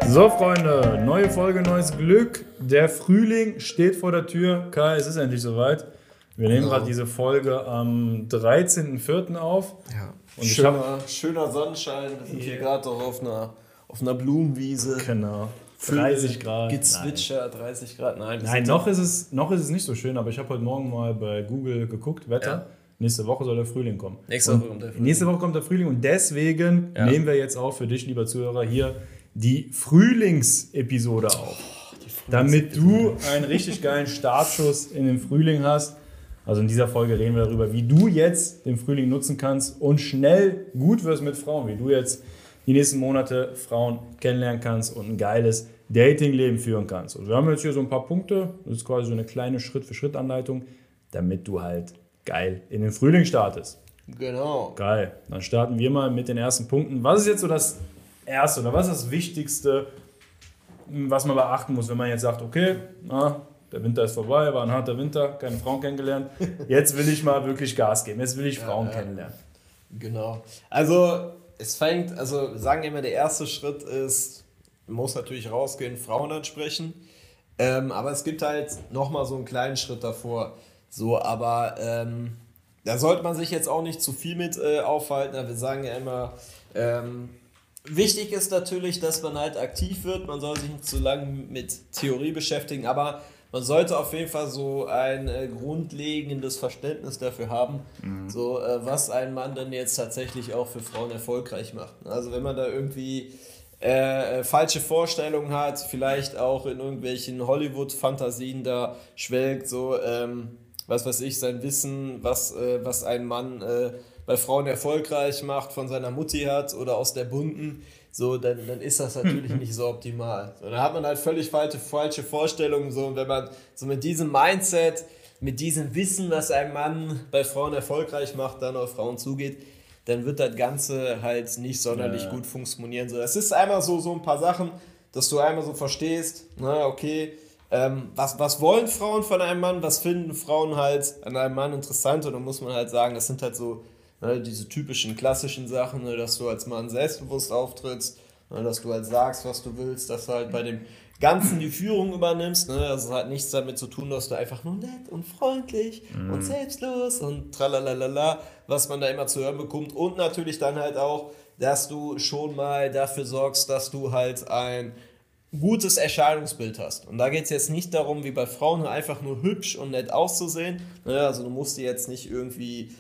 So, Freunde, neue Folge, neues Glück. Der Frühling steht vor der Tür. Kai, es ist endlich soweit. Wir nehmen gerade diese Folge am 13.04. auf. Ja. Und schöner Sonnenschein. Wir sind hier gerade doch auf einer Blumenwiese. Genau. 30 Grad. Gezwitscher, 30 Grad. Nein, noch ist es nicht so schön, aber ich habe heute Morgen mal bei Google geguckt, Wetter. Ja. Nächste Woche soll der Frühling kommen. Nächste Woche kommt der Frühling und deswegen nehmen wir jetzt auch für dich, lieber Zuhörer, hier die Frühlingsepisode auf. Damit du einen richtig geilen Startschuss in den Frühling hast. Also in dieser Folge reden wir darüber, wie du jetzt den Frühling nutzen kannst und schnell gut wirst mit Frauen. Wie du jetzt die nächsten Monate Frauen kennenlernen kannst und ein geiles Datingleben führen kannst. Und wir haben jetzt hier so ein paar Punkte. Das ist quasi so eine kleine Schritt-für-Schritt-Anleitung, damit du halt geil in den Frühling startest. Genau. Geil. Dann starten wir mal mit den ersten Punkten. Was ist jetzt so das Erste oder was ist das Wichtigste, was man beachten muss, wenn man jetzt sagt, okay, der Winter ist vorbei, war ein harter Winter, keine Frauen kennengelernt. Jetzt will ich mal wirklich Gas geben, jetzt will ich Frauen kennenlernen. Genau. Also sagen wir mal, der erste Schritt ist, man muss natürlich rausgehen, Frauen ansprechen. Aber es gibt halt nochmal so einen kleinen Schritt davor. So, aber da sollte man sich jetzt auch nicht zu viel mit aufhalten. Wir sagen ja immer, wichtig ist natürlich, dass man halt aktiv wird. Man soll sich nicht zu lange mit Theorie beschäftigen, aber man sollte auf jeden Fall so ein grundlegendes Verständnis dafür haben, so was ein Mann dann jetzt tatsächlich auch für Frauen erfolgreich macht. Also wenn man da irgendwie falsche Vorstellungen hat, vielleicht auch in irgendwelchen Hollywood-Fantasien da schwelgt, so was weiß ich, sein Wissen, was ein Mann bei Frauen erfolgreich macht, von seiner Mutti hat oder aus der Bunten, so, dann ist das natürlich nicht so optimal. So, dann hat man halt völlig falsche Vorstellungen, so, und wenn man so mit diesem Mindset, mit diesem Wissen, was ein Mann bei Frauen erfolgreich macht, dann auf Frauen zugeht, dann wird das Ganze halt nicht sonderlich gut funktionieren. So, das ist einmal so ein paar Sachen, dass du einmal so verstehst, okay, was wollen Frauen von einem Mann, was finden Frauen halt an einem Mann interessant, und dann muss man halt sagen, das sind halt so diese typischen klassischen Sachen, dass du als Mann selbstbewusst auftrittst, dass du halt sagst, was du willst, dass du halt bei dem Ganzen die Führung übernimmst. Das hat nichts damit zu tun, dass du einfach nur nett und freundlich und selbstlos und tralalala, was man da immer zu hören bekommt. Und natürlich dann halt auch, dass du schon mal dafür sorgst, dass du halt ein gutes Erscheinungsbild hast. Und da geht es jetzt nicht darum, wie bei Frauen, einfach nur hübsch und nett auszusehen. Also du musst jetzt nicht irgendwie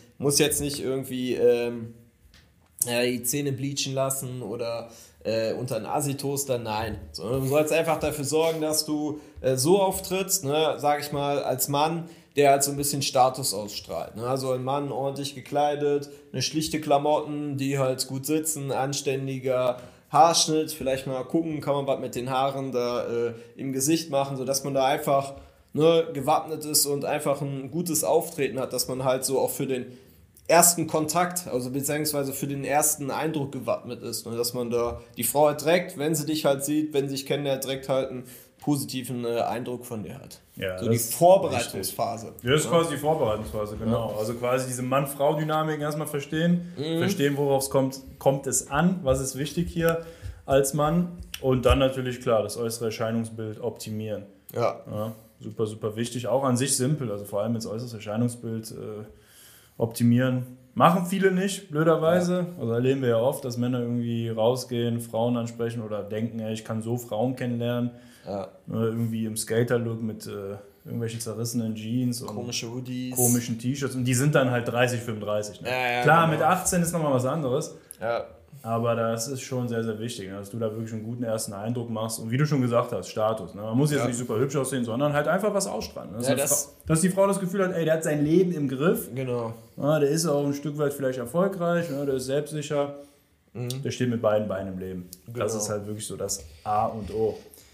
die Zähne bleachen lassen oder unter einen Assi-Toaster, nein. Sondern du sollst einfach dafür sorgen, dass du so auftrittst, sag ich mal, als Mann, der halt so ein bisschen Status ausstrahlt. Also ein Mann ordentlich gekleidet, eine schlichte Klamotten, die halt gut sitzen, anständiger Haarschnitt, vielleicht mal gucken, kann man was mit den Haaren da im Gesicht machen, sodass man da einfach gewappnet ist und einfach ein gutes Auftreten hat, dass man halt so auch für den ersten Kontakt, also beziehungsweise für den ersten Eindruck gewappnet ist, dass man da die Frau halt direkt, wenn sie dich halt sieht, wenn sie dich kennenlernt, direkt halt einen positiven Eindruck von dir hat. Ja, so die Vorbereitungsphase. Ja, das ist quasi die Vorbereitungsphase, genau. Ja. Also quasi diese Mann-Frau-Dynamik erstmal verstehen, worauf es kommt es an, was ist wichtig hier als Mann, und dann natürlich, klar, das äußere Erscheinungsbild optimieren. Ja. Super, super wichtig, auch an sich simpel, also vor allem das äußere Erscheinungsbild optimieren. Machen viele nicht, blöderweise. Also erleben wir ja oft, dass Männer irgendwie rausgehen, Frauen ansprechen oder denken, ich kann so Frauen kennenlernen. Ja. Irgendwie im Skater-Look mit irgendwelchen zerrissenen Jeans und komische Hoodies, komischen T-Shirts, und die sind dann halt 30, 35. Ja, klar, genau. Mit 18 ist nochmal was anderes. Ja. Aber das ist schon sehr, sehr wichtig, dass du da wirklich einen guten ersten Eindruck machst. Und wie du schon gesagt hast, Status. Man muss jetzt nicht super hübsch aussehen, sondern halt einfach was ausstrahlen. Dass die Frau das Gefühl hat, der hat sein Leben im Griff. Genau. Der ist auch ein Stück weit vielleicht erfolgreich, der ist selbstsicher. Der steht mit beiden Beinen im Leben. Genau. Das ist halt wirklich so das A und O.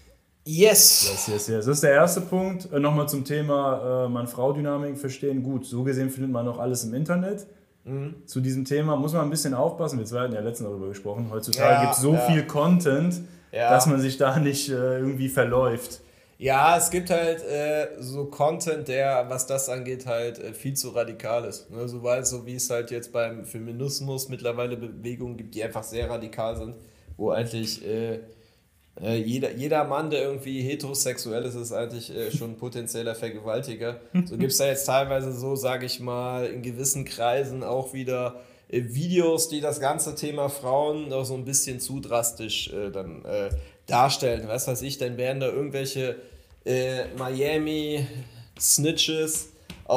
Yes. Das ist der erste Punkt. Nochmal zum Thema Mann-Frau-Dynamik verstehen. Gut, so gesehen findet man noch alles im Internet. Zu diesem Thema muss man ein bisschen aufpassen. Wir hatten ja letztens darüber gesprochen. Heutzutage gibt es so viel Content, dass man sich da nicht irgendwie verläuft. Ja, es gibt halt so Content, der, was das angeht, halt viel zu radikal ist. So wie es halt jetzt beim Feminismus mittlerweile Bewegungen gibt, die einfach sehr radikal sind, wo eigentlich Jeder Mann, der irgendwie heterosexuell ist, ist eigentlich schon ein potenzieller Vergewaltiger. So gibt es da jetzt teilweise so, sage ich mal, in gewissen Kreisen auch wieder Videos, die das ganze Thema Frauen noch so ein bisschen zu drastisch dann darstellen. Was weiß ich, dann werden da irgendwelche Miami-Snitches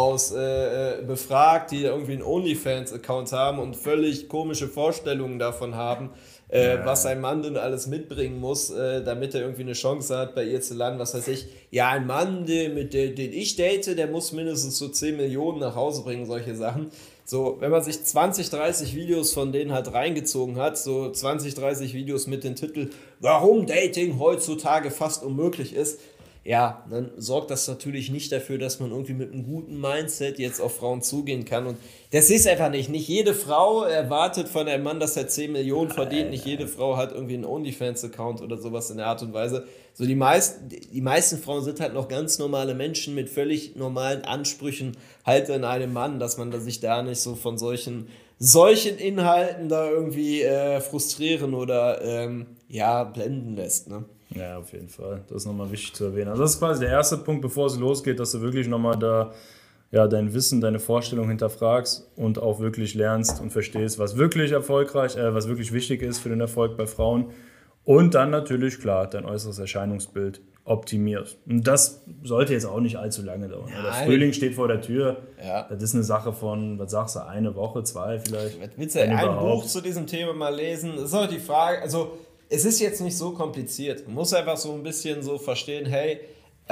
befragt, die irgendwie einen OnlyFans-Account haben und völlig komische Vorstellungen davon haben, was ein Mann denn alles mitbringen muss, damit er irgendwie eine Chance hat, bei ihr zu landen. Was weiß ich. Ja, ein Mann, den ich date, der muss mindestens so 10 Millionen nach Hause bringen, solche Sachen. So, wenn man sich 20, 30 Videos von denen halt reingezogen hat, so 20, 30 Videos mit dem Titel Warum Dating heutzutage fast unmöglich ist, ja, dann sorgt das natürlich nicht dafür, dass man irgendwie mit einem guten Mindset jetzt auf Frauen zugehen kann. Und das ist einfach nicht. Nicht jede Frau erwartet von einem Mann, dass er 10 Millionen verdient. Nicht jede Frau hat irgendwie einen OnlyFans-Account oder sowas in der Art und Weise. So die meisten Frauen sind halt noch ganz normale Menschen mit völlig normalen Ansprüchen halt in einem Mann, dass man sich da nicht so von solchen Inhalten da irgendwie frustrieren oder blenden lässt, ne? Ja, auf jeden Fall. Das ist nochmal wichtig zu erwähnen. Also das ist quasi der erste Punkt, bevor es losgeht, dass du wirklich nochmal da dein Wissen, deine Vorstellung hinterfragst und auch wirklich lernst und verstehst, was wirklich was wirklich wichtig ist für den Erfolg bei Frauen. Und dann natürlich, klar, dein äußeres Erscheinungsbild optimierst. Und das sollte jetzt auch nicht allzu lange dauern. Der Frühling steht vor der Tür. Ja. Das ist eine Sache von, was sagst du, eine Woche, 2 vielleicht. Willst du ein Buch zu diesem Thema mal lesen? Das ist halt die Frage, also es ist jetzt nicht so kompliziert. Man muss einfach so ein bisschen so verstehen, hey,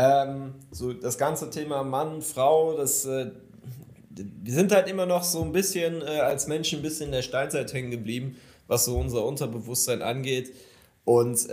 so das ganze Thema Mann, Frau, wir sind halt immer noch so ein bisschen als Menschen ein bisschen in der Steinzeit hängen geblieben, was so unser Unterbewusstsein angeht. Und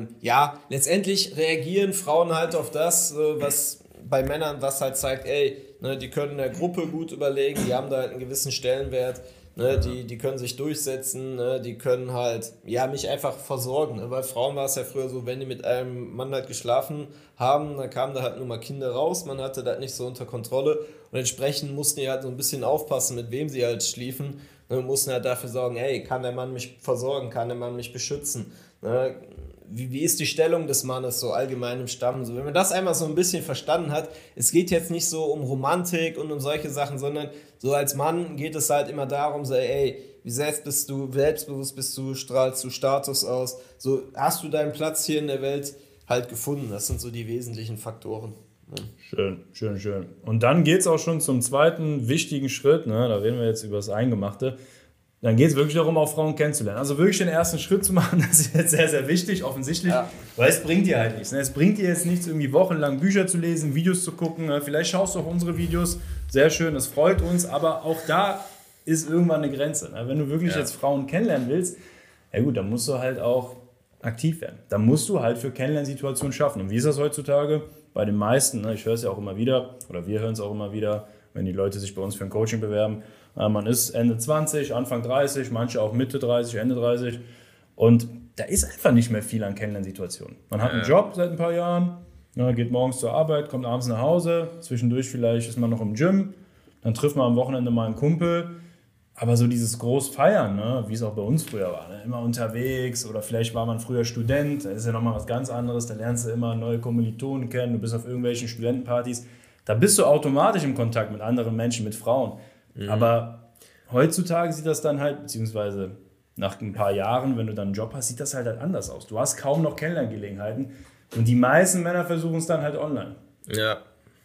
letztendlich reagieren Frauen halt auf das, was bei Männern, was halt zeigt, ey, ne, die können der Gruppe gut überlegen, die haben da halt einen gewissen Stellenwert. Ne, die können sich durchsetzen, ne, die können halt mich einfach versorgen. Ne? Bei Frauen war es ja früher so, wenn die mit einem Mann halt geschlafen haben, dann kamen da halt nur mal Kinder raus, man hatte das nicht so unter Kontrolle und entsprechend mussten die halt so ein bisschen aufpassen, mit wem sie halt schliefen. Ne, mussten halt dafür sorgen, ey, kann der Mann mich versorgen, kann der Mann mich beschützen? Ne? Wie ist die Stellung des Mannes so allgemein im Stamm? So, wenn man das einmal so ein bisschen verstanden hat, es geht jetzt nicht so um Romantik und um solche Sachen, sondern so als Mann geht es halt immer darum, so, ey, wie selbstbewusst bist du, strahlst du Status aus, so hast du deinen Platz hier in der Welt halt gefunden. Das sind so die wesentlichen Faktoren. Ja. Schön. Und dann geht es auch schon zum zweiten wichtigen Schritt, ne? Da reden wir jetzt über das Eingemachte. Dann geht es wirklich darum, auch Frauen kennenzulernen. Also wirklich den ersten Schritt zu machen, das ist jetzt sehr, sehr wichtig, offensichtlich, weil es bringt dir halt nichts. Ne? Es bringt dir jetzt nichts, irgendwie wochenlang Bücher zu lesen, Videos zu gucken. Ne? Vielleicht schaust du auch unsere Videos, sehr schön, das freut uns, aber auch da ist irgendwann eine Grenze. Ne? Wenn du wirklich jetzt Frauen kennenlernen willst, ja gut, dann musst du halt auch aktiv werden. Dann musst du halt für Kennenlernsituationen schaffen. Und wie ist das heutzutage? Bei den meisten, ne? Ich höre es ja auch immer wieder, oder wir hören es auch immer wieder, wenn die Leute sich bei uns für ein Coaching bewerben. Man ist Ende 20, Anfang 30, manche auch Mitte 30, Ende 30. Und da ist einfach nicht mehr viel an Kennenlernsituationen. Man hat einen Job seit ein paar Jahren, geht morgens zur Arbeit, kommt abends nach Hause, zwischendurch vielleicht ist man noch im Gym, dann trifft man am Wochenende mal einen Kumpel. Aber so dieses Großfeiern, ne, wie es auch bei uns früher war, ne, immer unterwegs oder vielleicht war man früher Student, das ist ja nochmal was ganz anderes, da lernst du immer neue Kommilitonen kennen, du bist auf irgendwelchen Studentenpartys, da bist du automatisch im Kontakt mit anderen Menschen, mit Frauen. Aber heutzutage sieht das dann halt, beziehungsweise nach ein paar Jahren, wenn du dann einen Job hast, sieht das halt anders aus. Du hast kaum noch Kennenlerngelegenheiten und die meisten Männer versuchen es dann halt online. Ja.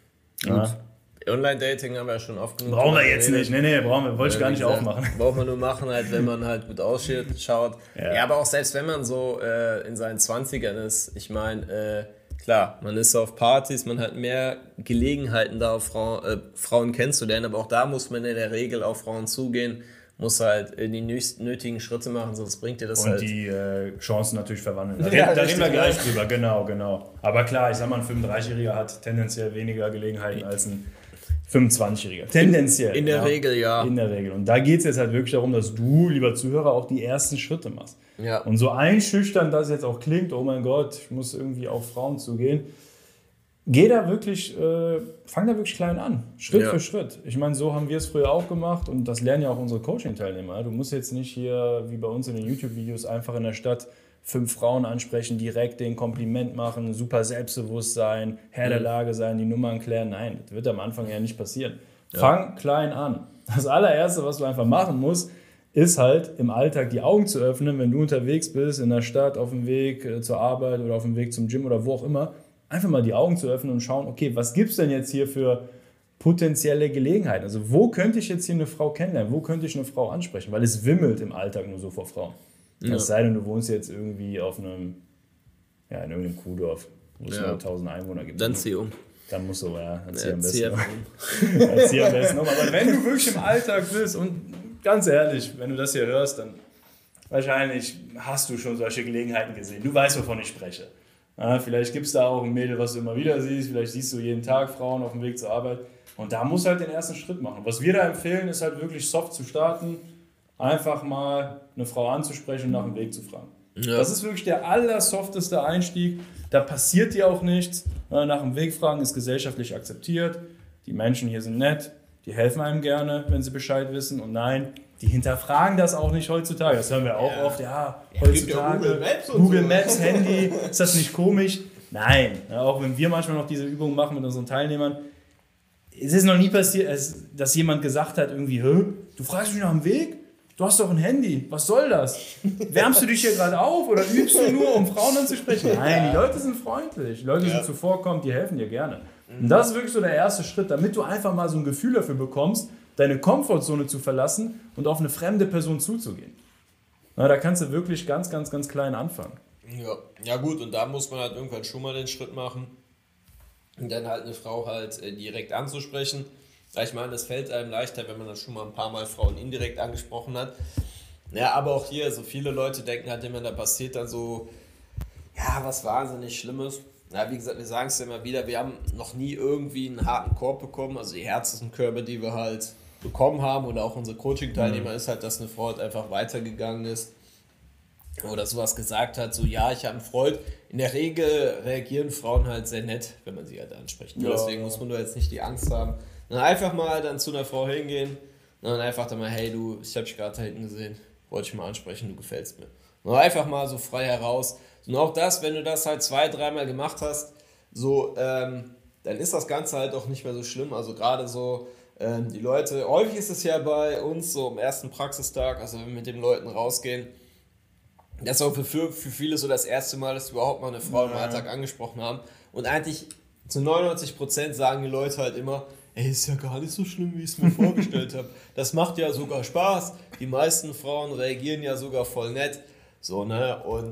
Gut. Online-Dating haben wir ja schon oft genug. Brauchen wir jetzt nicht. Nee, wollte ich gar nicht aufmachen. Braucht man nur machen, halt, wenn man halt gut ausschaut. Ja, aber auch selbst wenn man so in seinen 20ern ist, ich meine, klar, man ist auf Partys, man hat mehr Gelegenheiten da auf Frauen kennenzulernen, aber auch da muss man in der Regel auf Frauen zugehen, muss halt die nötigen Schritte machen, sonst bringt dir das und halt. Und die Chancen natürlich verwandeln. Da reden wir gleich drüber, genau. Aber klar, ich sag mal, ein 35-Jähriger hat tendenziell weniger Gelegenheiten als ein 25-Jähriger. Tendenziell. In der Regel, ja. In der Regel. Und da geht es jetzt halt wirklich darum, dass du, lieber Zuhörer, auch die ersten Schritte machst. Ja. Und so einschüchtern das jetzt auch klingt, oh mein Gott, ich muss irgendwie auf Frauen zugehen. Geh da wirklich, fang da wirklich klein an, Schritt für Schritt. Ich meine, so haben wir es früher auch gemacht und das lernen ja auch unsere Coaching-Teilnehmer. Du musst jetzt nicht hier, wie bei uns in den YouTube-Videos, einfach in der Stadt 5 Frauen ansprechen, direkt den Kompliment machen, super Selbstbewusstsein, Herr der Lage sein, die Nummern klären. Nein, das wird am Anfang ja nicht passieren. Ja. Fang klein an. Das allererste, was du einfach machen musst, ist halt im Alltag die Augen zu öffnen, wenn du unterwegs bist, in der Stadt, auf dem Weg zur Arbeit oder auf dem Weg zum Gym oder wo auch immer, einfach mal die Augen zu öffnen und schauen, okay, was gibt es denn jetzt hier für potenzielle Gelegenheiten? Also wo könnte ich jetzt hier eine Frau kennenlernen? Wo könnte ich eine Frau ansprechen? Weil es wimmelt im Alltag nur so vor Frauen. Ja. Es sei denn, du wohnst jetzt irgendwie auf einem, in irgendeinem Kuhdorf, wo es nur 1000 Einwohner gibt. Dann zieh um. Dann musst du, zieh am besten um. Zieh am besten um. Aber wenn du wirklich im Alltag bist und ganz ehrlich, wenn du das hier hörst, dann wahrscheinlich hast du schon solche Gelegenheiten gesehen. Du weißt, wovon ich spreche. Ja, vielleicht gibt es da auch ein Mädel, was du immer wieder siehst. Vielleicht siehst du jeden Tag Frauen auf dem Weg zur Arbeit. Und da musst du halt den ersten Schritt machen. Was wir da empfehlen, ist halt wirklich soft zu starten. Einfach mal eine Frau anzusprechen und nach dem Weg zu fragen. Ja. Das ist wirklich der allersofteste Einstieg. Da passiert dir auch nichts. Nach dem Weg fragen ist gesellschaftlich akzeptiert. Die Menschen hier sind nett. Die helfen einem gerne, wenn sie Bescheid wissen. Und nein, die hinterfragen das auch nicht heutzutage. Das hören wir auch oft. Ja, heutzutage Google Maps, Handy, ist das nicht komisch? Nein, auch wenn wir manchmal noch diese Übungen machen mit unseren Teilnehmern. Es ist noch nie passiert, dass jemand gesagt hat irgendwie, du fragst mich nach dem Weg? Du hast doch ein Handy, was soll das? Wärmst du dich hier gerade auf oder übst du nur, um Frauen anzusprechen? Nein, die Leute sind freundlich, die Leute sind zuvorkommend, die helfen dir gerne. Und das ist wirklich so der erste Schritt, damit du einfach mal so ein Gefühl dafür bekommst, deine Komfortzone zu verlassen und auf eine fremde Person zuzugehen. Na, da kannst du wirklich ganz, ganz, ganz klein anfangen. Ja gut, und da muss man halt irgendwann schon mal den Schritt machen und dann halt eine Frau halt direkt anzusprechen. Ich meine, das fällt einem leichter, wenn man das schon mal ein paar Mal Frauen indirekt angesprochen hat. Ja, aber auch hier, so viele Leute denken halt immer, da passiert dann so, was wahnsinnig Schlimmes. Ja, wie gesagt, wir sagen es ja immer wieder, wir haben noch nie irgendwie einen harten Korb bekommen. Also die härtesten Körbe, die wir halt bekommen haben oder auch unsere Coaching-Teilnehmer, ist halt, dass eine Frau halt einfach weitergegangen ist oder sowas gesagt hat, so ich habe einen Freund. In der Regel reagieren Frauen halt sehr nett, wenn man sie halt anspricht. Ja. Deswegen muss man da jetzt nicht die Angst haben. Dann einfach mal dann zu einer Frau hingehen und dann einfach dann mal, hey du, ich habe dich gerade da hinten gesehen, wollte ich mal ansprechen, du gefällst mir. Und einfach mal so frei heraus. Und auch das, wenn du das halt 2-3 Mal gemacht hast, so, dann ist das Ganze halt auch nicht mehr so schlimm. Also gerade so, die Leute, häufig ist es ja bei uns so am ersten Praxistag, also wenn wir mit den Leuten rausgehen, das ist auch für viele so das erste Mal, dass wir überhaupt mal eine Frau im Alltag angesprochen haben. Und eigentlich zu 99% sagen die Leute halt immer, ist ja gar nicht so schlimm, wie ich es mir vorgestellt habe. Das macht ja sogar Spaß. Die meisten Frauen reagieren ja sogar voll nett. So, ne? Und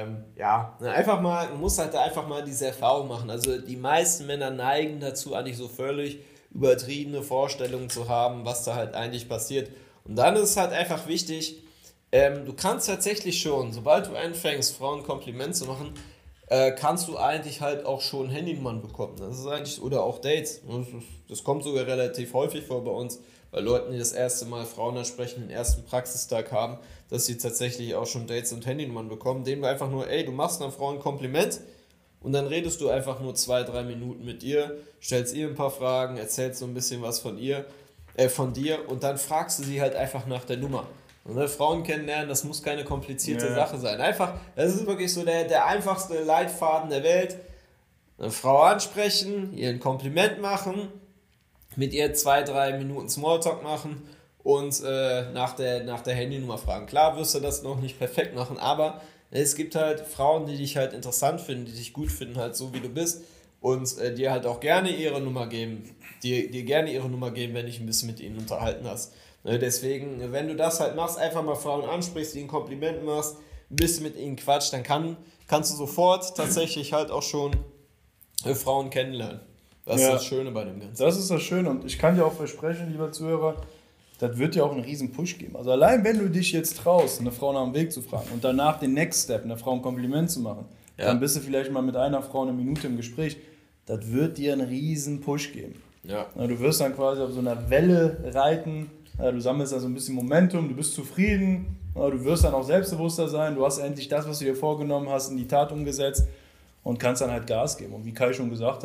man muss halt einfach mal diese Erfahrung machen. Also die meisten Männer neigen dazu, eigentlich so völlig übertriebene Vorstellungen zu haben, was da halt eigentlich passiert. Und dann ist es halt einfach wichtig, du kannst tatsächlich schon, sobald du anfängst, Frauen ein Kompliment zu machen, kannst du eigentlich halt auch schon Handynummern bekommen. Das ist eigentlich, oder auch Dates. Das kommt sogar relativ häufig vor bei uns, bei Leuten, die das erste Mal Frauen ansprechen, den ersten Praxistag haben, dass sie tatsächlich auch schon Dates und Handynummern bekommen, denen wir einfach nur, du machst einer Frau ein Kompliment und dann redest du einfach nur 2-3 Minuten mit ihr, stellst ihr ein paar Fragen, erzählst so ein bisschen was von dir und dann fragst du sie halt einfach nach der Nummer. Und Frauen kennenlernen, das muss keine komplizierte Sache sein. Einfach, das ist wirklich so der einfachste Leitfaden der Welt. Eine Frau ansprechen, ihr ein Kompliment machen, mit ihr 2-3 Minuten Smalltalk machen und nach der Handynummer fragen. Klar wirst du das noch nicht perfekt machen, aber es gibt halt Frauen, die dich halt interessant finden, die dich gut finden, halt so wie du bist und dir halt auch gerne ihre Nummer geben, dir gerne ihre Nummer geben, wenn du dich ein bisschen mit ihnen unterhalten hast. Deswegen, wenn du das halt machst, einfach mal Frauen ansprichst, die ein Kompliment machst, ein bisschen mit ihnen quatscht, dann kannst du sofort tatsächlich halt auch schon Frauen kennenlernen. Das ist das Schöne bei dem Ganzen. Das ist das Schöne und ich kann dir auch versprechen, lieber Zuhörer, das wird dir auch einen riesen Push geben. Also allein wenn du dich jetzt traust, eine Frau nach dem Weg zu fragen und danach den Next Step, einer Frau ein Kompliment zu machen, dann bist du vielleicht mal mit einer Frau eine Minute im Gespräch, das wird dir einen riesen Push geben. Ja. Du wirst dann quasi auf so einer Welle reiten, du sammelst da so ein bisschen Momentum, du bist zufrieden, du wirst dann auch selbstbewusster sein, du hast endlich das, was du dir vorgenommen hast, in die Tat umgesetzt und kannst dann halt Gas geben. Und wie Kai schon gesagt hat,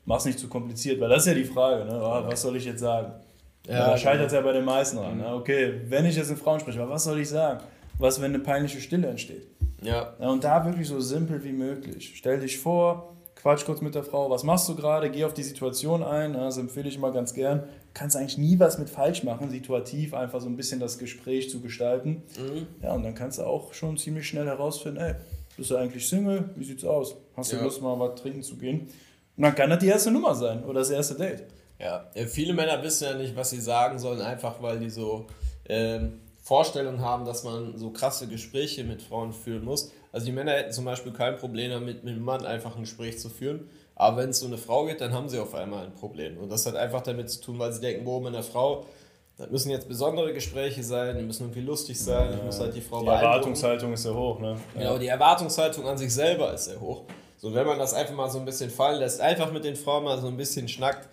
mach's nicht zu kompliziert, weil das ist ja die Frage, ne? Was soll ich jetzt sagen? Ja, da scheitert es ja bei den meisten an. Ne? Okay, wenn ich jetzt mit Frauen spreche, aber was soll ich sagen? Was, wenn eine peinliche Stille entsteht? Ja. Und da wirklich so simpel wie möglich. Stell dich vor, quatsch kurz mit der Frau, was machst du gerade? Geh auf die Situation ein, das empfehle ich immer ganz gern. Du kannst eigentlich nie was mit falsch machen, situativ einfach so ein bisschen das Gespräch zu gestalten. Ja, und dann kannst du auch schon ziemlich schnell herausfinden, ey, bist du eigentlich Single? Wie sieht's aus? Hast du Lust, mal was trinken zu gehen? Und dann kann das die erste Nummer sein oder das erste Date. Ja, viele Männer wissen ja nicht, was sie sagen sollen, einfach weil die so Vorstellungen haben, dass man so krasse Gespräche mit Frauen führen muss. Also die Männer hätten zum Beispiel kein Problem damit, mit einem Mann einfach ein Gespräch zu führen. Aber wenn es um eine Frau geht, dann haben sie auf einmal ein Problem. Und das hat einfach damit zu tun, weil sie denken, mit einer Frau, das müssen jetzt besondere Gespräche sein, die müssen irgendwie lustig sein, ich muss halt die Frau beeindrucken. Die Erwartungshaltung ist sehr hoch, ne? Genau, die Erwartungshaltung an sich selber ist sehr hoch. So, wenn man das einfach mal so ein bisschen fallen lässt, einfach mit den Frauen mal so ein bisschen schnackt,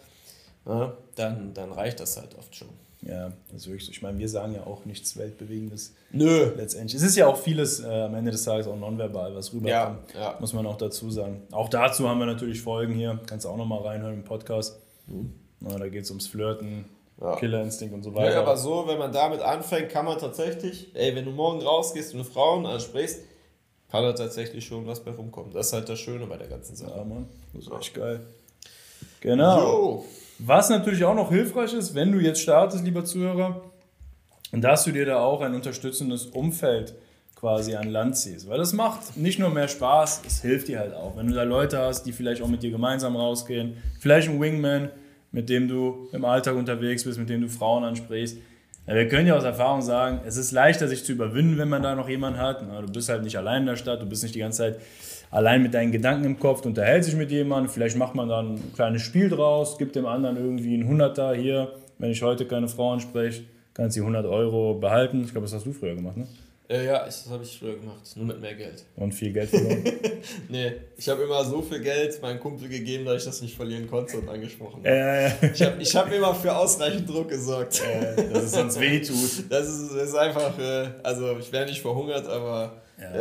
dann reicht das halt oft schon. Ja, das ist wirklich so. Ich meine, wir sagen ja auch nichts Weltbewegendes. Nö. Letztendlich. Es ist ja auch vieles am Ende des Tages auch nonverbal, was rüberkommt. Ja. Muss man auch dazu sagen. Auch dazu haben wir natürlich Folgen hier. Kannst du auch nochmal reinhören im Podcast. Da geht es ums Flirten, Killerinstinkt und so weiter. Ja, aber so, wenn man damit anfängt, kann man tatsächlich, wenn du morgen rausgehst und eine Frau ansprichst, kann da tatsächlich schon was bei rumkommen. Das ist halt das Schöne bei der ganzen Sache. Ja, Mann. Das ist echt geil. Genau. Jo. Was natürlich auch noch hilfreich ist, wenn du jetzt startest, lieber Zuhörer, dass du dir da auch ein unterstützendes Umfeld quasi an Land ziehst. Weil das macht nicht nur mehr Spaß, es hilft dir halt auch. Wenn du da Leute hast, die vielleicht auch mit dir gemeinsam rausgehen, vielleicht ein Wingman, mit dem du im Alltag unterwegs bist, mit dem du Frauen ansprichst. Ja, wir können ja aus Erfahrung sagen, es ist leichter, sich zu überwinden, wenn man da noch jemanden hat. Du bist halt nicht allein in der Stadt, du bist nicht die ganze Zeit allein mit deinen Gedanken im Kopf, du unterhältst dich mit jemandem, vielleicht macht man dann ein kleines Spiel draus, gibt dem anderen irgendwie einen 100er hier, wenn ich heute keine Frau anspreche, kannst du die 100 Euro behalten. Ich glaube, das hast du früher gemacht, ne? Ja, das habe ich früher gemacht, nur mit mehr Geld. Und viel Geld verloren? Nee, ich habe immer so viel Geld meinem Kumpel gegeben, dass ich das nicht verlieren konnte und angesprochen habe. Ich hab immer für ausreichend Druck gesorgt. Dass es sonst weh tut. Das ist einfach, also ich wäre nicht verhungert, aber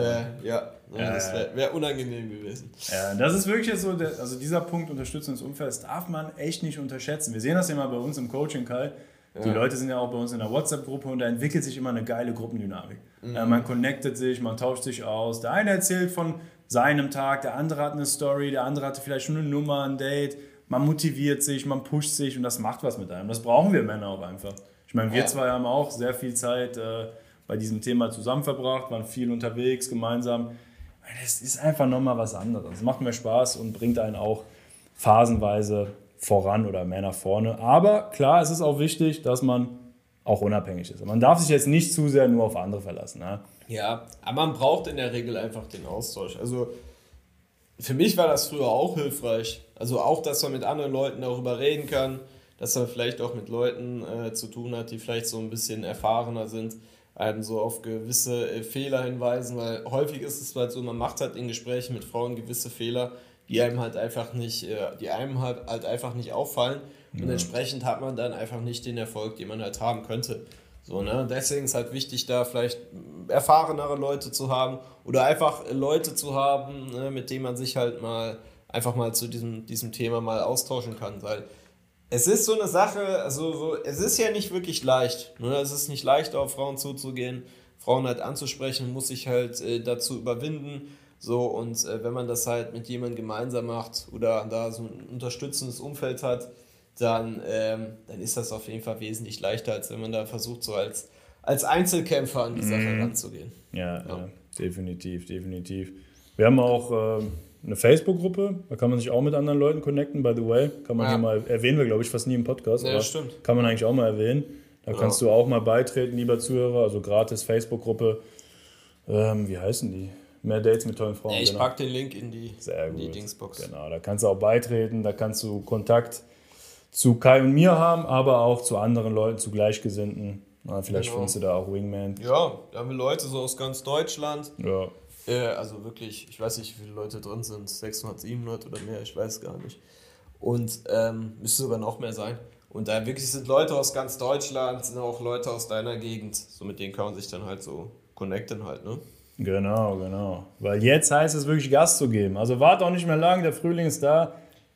das wäre unangenehm gewesen. Ja, das ist wirklich so, also dieser Punkt unterstützendes Umfeld, das darf man echt nicht unterschätzen. Wir sehen das ja mal bei uns im Coaching, Kai. Die Leute sind ja auch bei uns in der WhatsApp-Gruppe und da entwickelt sich immer eine geile Gruppendynamik. Man connectet sich, man tauscht sich aus. Der eine erzählt von seinem Tag, der andere hat eine Story, der andere hatte vielleicht schon eine Nummer, ein Date. Man motiviert sich, man pusht sich und das macht was mit einem. Das brauchen wir Männer auch einfach. Ich meine, wir zwei haben auch sehr viel Zeit bei diesem Thema zusammen verbracht, waren viel unterwegs, gemeinsam. Das ist einfach nochmal was anderes. Es macht mir Spaß und bringt einen auch phasenweise voran oder mehr nach vorne. Aber klar, es ist auch wichtig, dass man auch unabhängig ist. Man darf sich jetzt nicht zu sehr nur auf andere verlassen. Ne? Ja, aber man braucht in der Regel einfach den Austausch. Also für mich war das früher auch hilfreich. Also auch, dass man mit anderen Leuten darüber reden kann, dass man vielleicht auch mit Leuten zu tun hat, die vielleicht so ein bisschen erfahrener sind, einem so auf gewisse Fehler hinweisen, weil häufig ist es halt so, man macht halt in Gesprächen mit Frauen gewisse Fehler, die einem halt einfach nicht auffallen und entsprechend hat man dann einfach nicht den Erfolg, den man halt haben könnte. So, ne? Deswegen ist halt wichtig, da vielleicht erfahrenere Leute zu haben oder einfach Leute zu haben, ne, mit denen man sich halt mal einfach mal zu diesem Thema mal austauschen kann, weil es ist so eine Sache, also es ist ja nicht wirklich leicht. Ne? Es ist nicht leicht, auf Frauen zuzugehen, Frauen halt anzusprechen, muss sich halt dazu überwinden. So, und wenn man das halt mit jemandem gemeinsam macht oder da so ein unterstützendes Umfeld hat, dann ist das auf jeden Fall wesentlich leichter, als wenn man da versucht, so als Einzelkämpfer an die Sache ranzugehen. Ja, definitiv. Wir haben auch eine Facebook-Gruppe, da kann man sich auch mit anderen Leuten connecten, by the way. Kann man hier mal erwähnen, wir glaube ich fast nie im Podcast, aber stimmt. Kann man eigentlich auch mal erwähnen. Da kannst du auch mal beitreten, lieber Zuhörer, also gratis Facebook-Gruppe. Wie heißen die? Mehr Dates mit tollen Frauen. Ja, ich packe den Link in die Dingsbox. Genau, da kannst du auch beitreten, da kannst du Kontakt zu Kai und mir haben, aber auch zu anderen Leuten, zu Gleichgesinnten. Vielleicht findest du da auch Wingman. Ja, da haben wir Leute so aus ganz Deutschland. Ja. Also wirklich, ich weiß nicht, wie viele Leute drin sind, 600, 700 oder mehr, ich weiß gar nicht. Und müsste sogar noch mehr sein. Und da wirklich sind Leute aus ganz Deutschland, sind auch Leute aus deiner Gegend. So mit denen kann man sich dann halt so connecten halt, ne? Genau. Weil jetzt heißt es wirklich Gas zu geben. Also wart auch nicht mehr lang, der Frühling ist da.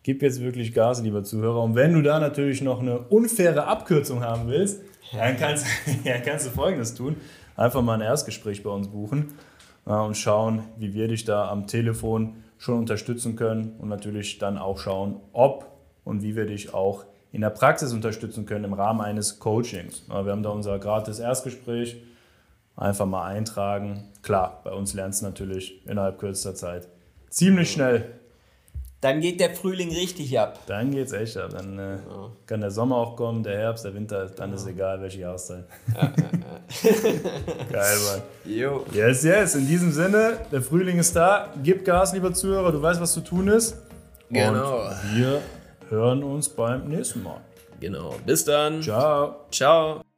gib jetzt wirklich Gas, lieber Zuhörer. Und wenn du da natürlich noch eine unfaire Abkürzung haben willst, dann kannst du Folgendes tun. Einfach mal ein Erstgespräch bei uns buchen und schauen, wie wir dich da am Telefon schon unterstützen können und natürlich dann auch schauen, ob und wie wir dich auch in der Praxis unterstützen können im Rahmen eines Coachings. Wir haben da unser gratis Erstgespräch, einfach mal eintragen. Klar, bei uns lernst du natürlich innerhalb kürzester Zeit ziemlich schnell. Dann geht der Frühling richtig ab. Dann geht's echt ab. Dann kann der Sommer auch kommen, der Herbst, der Winter, dann ist egal, welche Jahreszeit. Geil, Mann. Jo. Yes. In diesem Sinne, der Frühling ist da. Gib Gas, lieber Zuhörer. Du weißt, was zu tun ist. Genau. Und wir hören uns beim nächsten Mal. Genau. Bis dann. Ciao. Ciao.